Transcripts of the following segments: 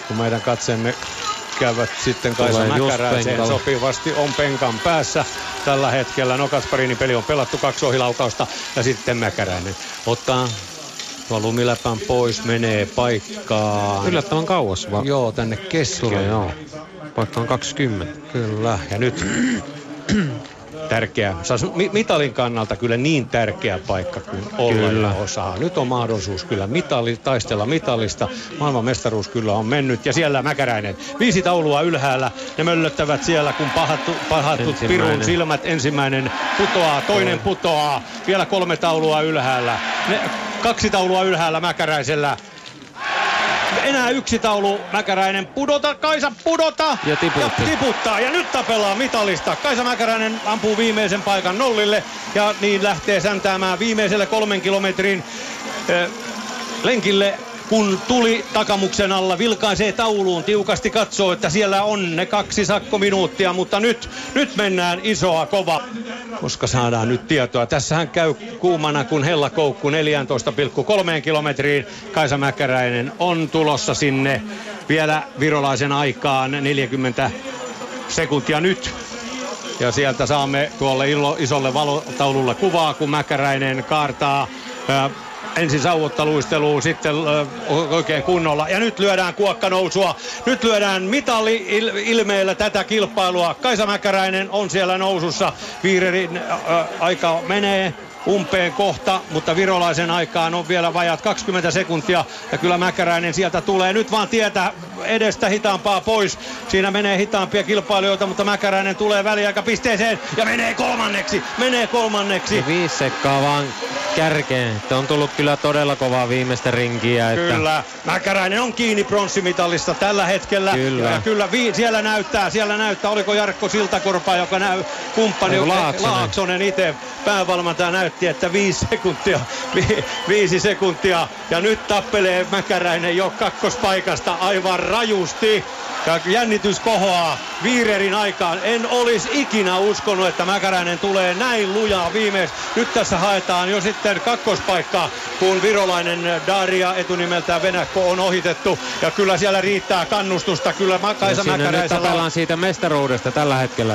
kun meidän katseemme käyvät sitten Kaisa Mäkäräiseen sopivasti, on penkan päässä tällä hetkellä. No Kasparinin peli on pelattu, 2 ohilaukausta ja sitten Mäkäräinen ottaa tuo lumiläpän pois, menee paikkaan. Yllättävän kauas vaan. Joo, tänne keskelle. Joo. Paikka on 20. Kyllä, ja nyt tärkeä, mitalin kannalta kyllä niin tärkeä paikka kuin olla osaa. Nyt on mahdollisuus kyllä taistella mitalista. Maailmanmestaruus kyllä on mennyt. Ja siellä Mäkäräinen. 5 taulua ylhäällä. Ne möllöttävät siellä, kun pahattut pirun silmät. Ensimmäinen putoaa, toinen putoaa. Vielä 3 taulua ylhäällä. 2 taulua ylhäällä Mäkäräisellä. Enää 1 taulu, Mäkäräinen pudota, Kaisa pudota ja tiputtaa. Ja nyt tapellaan mitalista. Kaisa Mäkäräinen ampuu viimeisen paikan nollille ja niin lähtee säntäämään viimeiselle 3 kilometrin lenkille. Kun tuli takamuksen alla, vilkaisee tauluun, tiukasti katsoo, että siellä on ne 2 sakkominuuttia, mutta nyt mennään isoa kova, koska saadaan nyt tietoa. Tässähän käy kuumana kuin hellakoukku 14,3 kilometriin. Kaisa Mäkäräinen on tulossa sinne vielä virolaisen aikaan 40 sekuntia nyt. Ja sieltä saamme tuolle isolle valotaululle kuvaa, kun Mäkäräinen kaartaa ensin sauvottaluisteluun, sitten oikein kunnolla. Ja nyt lyödään kuokkanousua. Nyt lyödään mitali ilmeellä tätä kilpailua. Kaisa Mäkäräinen on siellä nousussa. Viirerin aika menee umpeen kohta, mutta virolaisen aikaan on vielä vajat 20 sekuntia. Ja kyllä Mäkäräinen sieltä tulee nyt vaan tietä edestä hitaampaa pois. Siinä menee hitaampia kilpailijoita, mutta Mäkäräinen tulee väliaikapisteeseen ja menee kolmanneksi. Ja 5 sekkaa vaan kärkeen. Että on tullut kyllä todella kovaa viimeistä rinkiä. Että kyllä. Mäkäräinen on kiinni pronssimitalista tällä hetkellä. Kyllä. Ja kyllä siellä näyttää. Oliko Jarkko Siltakorpa, joka kumppani Laaksonen itse päävalmentaja näytti, että 5 sekuntia. Ja nyt tappelee Mäkäräinen jo kakkospaikasta aivan rajusti. Ja jännitys kohoaa Viirerin aikaan. En olisi ikinä uskonut, että Mäkäräinen tulee näin lujaa viimeis. Nyt tässä haetaan jo sitten kakkospaikkaa, kun virolainen Daria etunimeltään Venäkko on ohitettu. Ja kyllä siellä riittää kannustusta. Kyllä Kaisa Mäkäräisellä. Nyt tapellaan siitä mestaruudesta tällä hetkellä.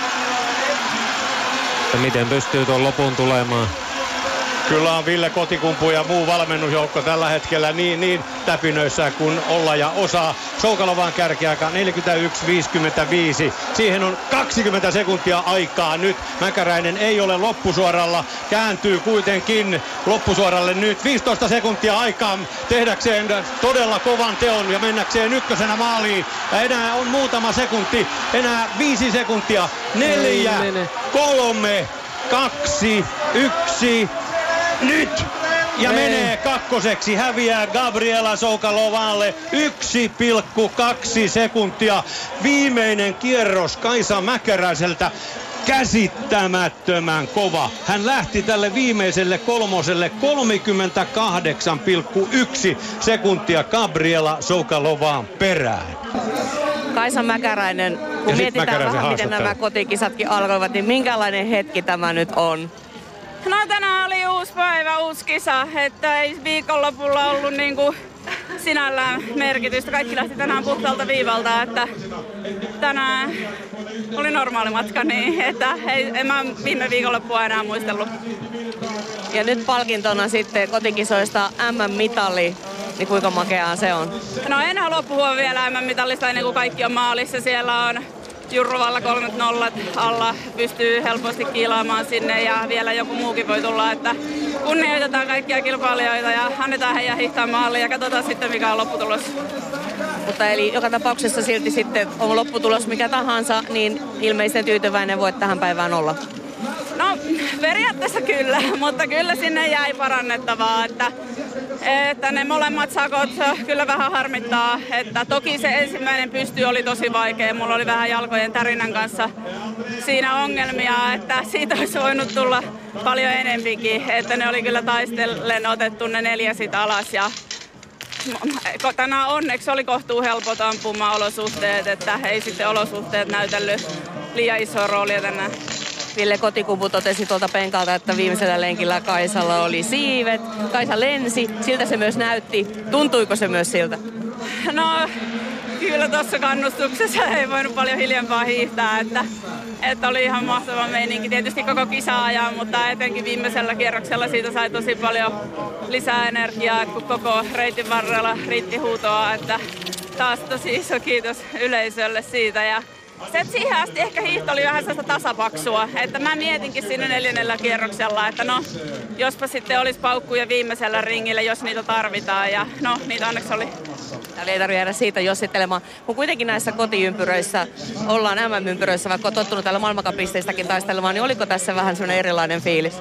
Että miten pystyy tuon lopun tulemaan. Kyllä on Ville Kotikumpu ja muu valmennusjoukko tällä hetkellä niin täpinöissä kuin olla ja osaa. Soukalovan kärkiaika 41.55. Siihen on 20 sekuntia aikaa nyt. Mäkäräinen ei ole loppusuoralla. Kääntyy kuitenkin loppusuoralle nyt. 15 sekuntia aikaa tehdäkseen todella kovan teon ja mennäkseen ykkösenä maaliin. Ja enää on muutama sekunti. Enää 5 sekuntia. 4, 3, 2, 1. Nyt! Ja menee kakkoseksi, häviää Gabriela Soukalovalle 1,2 sekuntia. Viimeinen kierros Kaisa Mäkäräiseltä. Käsittämättömän kova. Hän lähti tälle viimeiselle kolmoselle 38,1 sekuntia Gabriela Soukalovaan perään. Kaisa Mäkäräinen, kun mietitään vähän miten nämä kotikisatkin alkoivat, niin minkälainen hetki tämä nyt on? No tänään oli uusi päivä, uusi kisa, että ei viikonlopulla ollut niinku sinällään merkitystä. Kaikki lähti tänään puhtaalta viivalta, että tänään oli normaali matka niin, että en mä viime viikonloppua enää muistellut. Ja nyt palkintona sitten kotikisoista MM-mitali, niin kuinka makeaa se on? No en halua puhua vielä MM-mitallista ennen kuin kaikki on maalissa. Siellä on Jurrovalla 3-0 alla, pystyy helposti kiilaamaan sinne ja vielä joku muukin voi tulla, että kunnioitetaan kaikkia kilpailijoita ja annetaan heidän hiihtää maaliin ja katsotaan sitten mikä on lopputulos. Mutta eli joka tapauksessa silti sitten on lopputulos mikä tahansa, niin ilmeisen tyytyväinen voit tähän päivään olla. No periaatteessa kyllä, mutta kyllä sinne jäi parannettavaa, että ne molemmat sakot kyllä vähän harmittaa, että toki se ensimmäinen pysty oli tosi vaikea, mulla oli vähän jalkojen tärinän kanssa siinä ongelmia, että siitä olisi voinut tulla paljon enempikin, että ne oli kyllä taistellen otettu ne 4 sit alas ja tänään onneksi oli kohtuu helpot ampuma-olosuhteet, että ei sitten olosuhteet näytellyt liian isoa roolia tänään. Ville Kotikumpu totesi tuolta penkalta, että viimeisellä lenkillä Kaisalla oli siivet. Kaisa lensi, siltä se myös näytti. Tuntuiko se myös siltä? No kyllä tuossa kannustuksessa ei voinut paljon hiljempaa hiihtää, että oli ihan mahtava meininki. Tietysti koko kisa ajan, mutta etenkin viimeisellä kierroksella siitä sai tosi paljon lisää energiaa, kun koko reitin varrella riitti huutoa, että taas tosi iso kiitos yleisölle siitä. Ja siihen asti ehkä hiihto oli vähän sellaista tasapaksua, että mä mietinkin siinä 4. kierroksella, että no, jospa sitten olisi paukkuja viimeisellä ringillä, jos niitä tarvitaan, ja no, niitä onneksi oli. Eli ei tarvitse jäädä siitä jossittelemaan. Kun kuitenkin näissä kotiympyröissä ollaan MM-ympyröissä, vaikka on tottunut täällä maailmankapisteistäkin taistelemaan, niin oliko tässä vähän sellainen erilainen fiilis?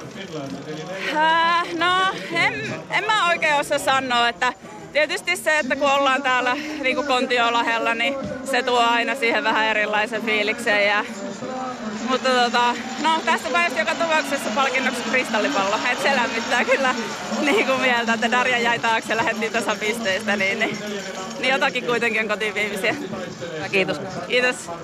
No, en mä oikein osaa sanoa, että tietysti se, että kun ollaan täällä niin kuin Kontiolahella, niin se tuo aina siihen vähän erilaisen fiiliksen. Mutta no, tässä pääsi joka tapauksessa palkinnoksi kristallipallo. Et se lämmittää kyllä niin kuin mieltä, että Darja jäi taakse ja lähdettiin tasapisteistä, niin jotakin kuitenkin on kotiin viimeisiä. Kiitos. Kiitos.